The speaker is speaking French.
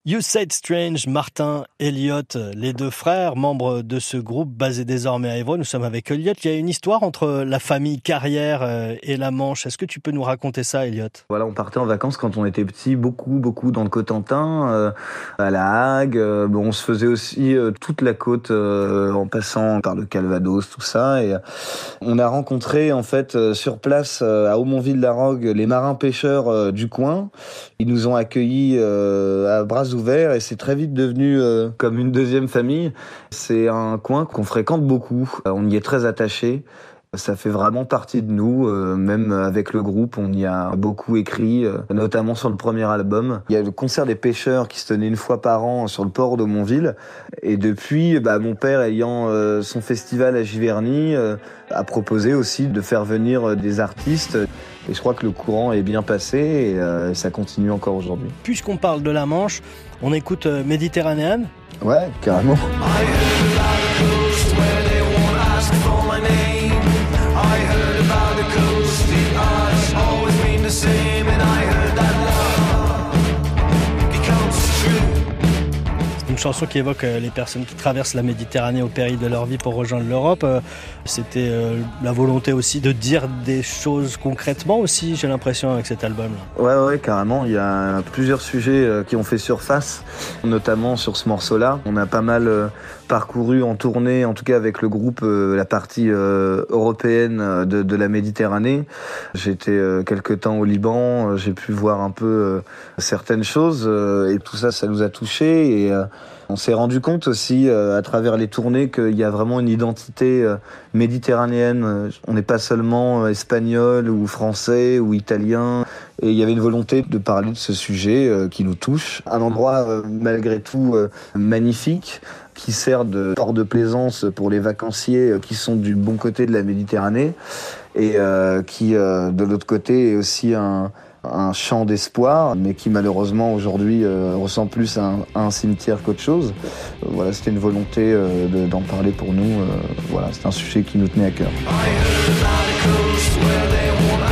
You Said Strange, Martin, Elliot, les deux frères, membres de ce groupe basé désormais à Évreux. Nous sommes avec Elliot. Il y a une histoire entre la famille Carrière et la Manche. Est-ce que tu peux nous raconter ça, Elliot ? Voilà, on partait en vacances quand on était petit, beaucoup dans le Cotentin, à La Hague. On se faisait aussi toute la côte en passant par le Calvados, tout ça. Et on a rencontré en fait sur place à Aumonville-la-Rogue les marins pêcheurs du coin. Ils nous ont accueillis à bras ouverts et c'est très vite devenu comme une deuxième famille. C'est un coin qu'on fréquente beaucoup. On y est très attachés. Ça fait vraiment partie de nous, même avec le groupe, on y a beaucoup écrit, notamment sur le premier album. Il y a le concert des pêcheurs qui se tenait une fois par an sur le port d'Aumonville. Et depuis, mon père ayant son festival à Giverny, a proposé aussi de faire venir des artistes. Et je crois que le courant est bien passé et ça continue encore aujourd'hui. Puisqu'on parle de la Manche, on écoute Méditerranéan ? Ouais, carrément. Une chanson qui évoque les personnes qui traversent la Méditerranée au péril de leur vie pour rejoindre l'Europe. C'était la volonté aussi de dire des choses concrètement aussi, j'ai l'impression, avec cet album-là. Ouais, carrément. Il y a plusieurs sujets qui ont fait surface, notamment sur ce morceau-là. On a pas mal parcouru en tournée, en tout cas avec le groupe, la partie européenne de la Méditerranée. J'étais quelque temps au Liban, j'ai pu voir un peu certaines choses et tout ça, ça nous a touchés et on s'est rendu compte aussi à travers les tournées qu'il y a vraiment une identité méditerranéenne. On n'est pas seulement espagnol ou français ou italien. Et il y avait une volonté de parler de ce sujet qui nous touche. Un endroit malgré tout magnifique qui sert de port de plaisance pour les vacanciers qui sont du bon côté de la Méditerranée et qui de l'autre côté est aussi un champ d'espoir, mais qui malheureusement aujourd'hui ressemble plus à un cimetière qu'autre chose. Voilà, c'était une volonté d'en parler pour nous. Voilà, c'est un sujet qui nous tenait à cœur.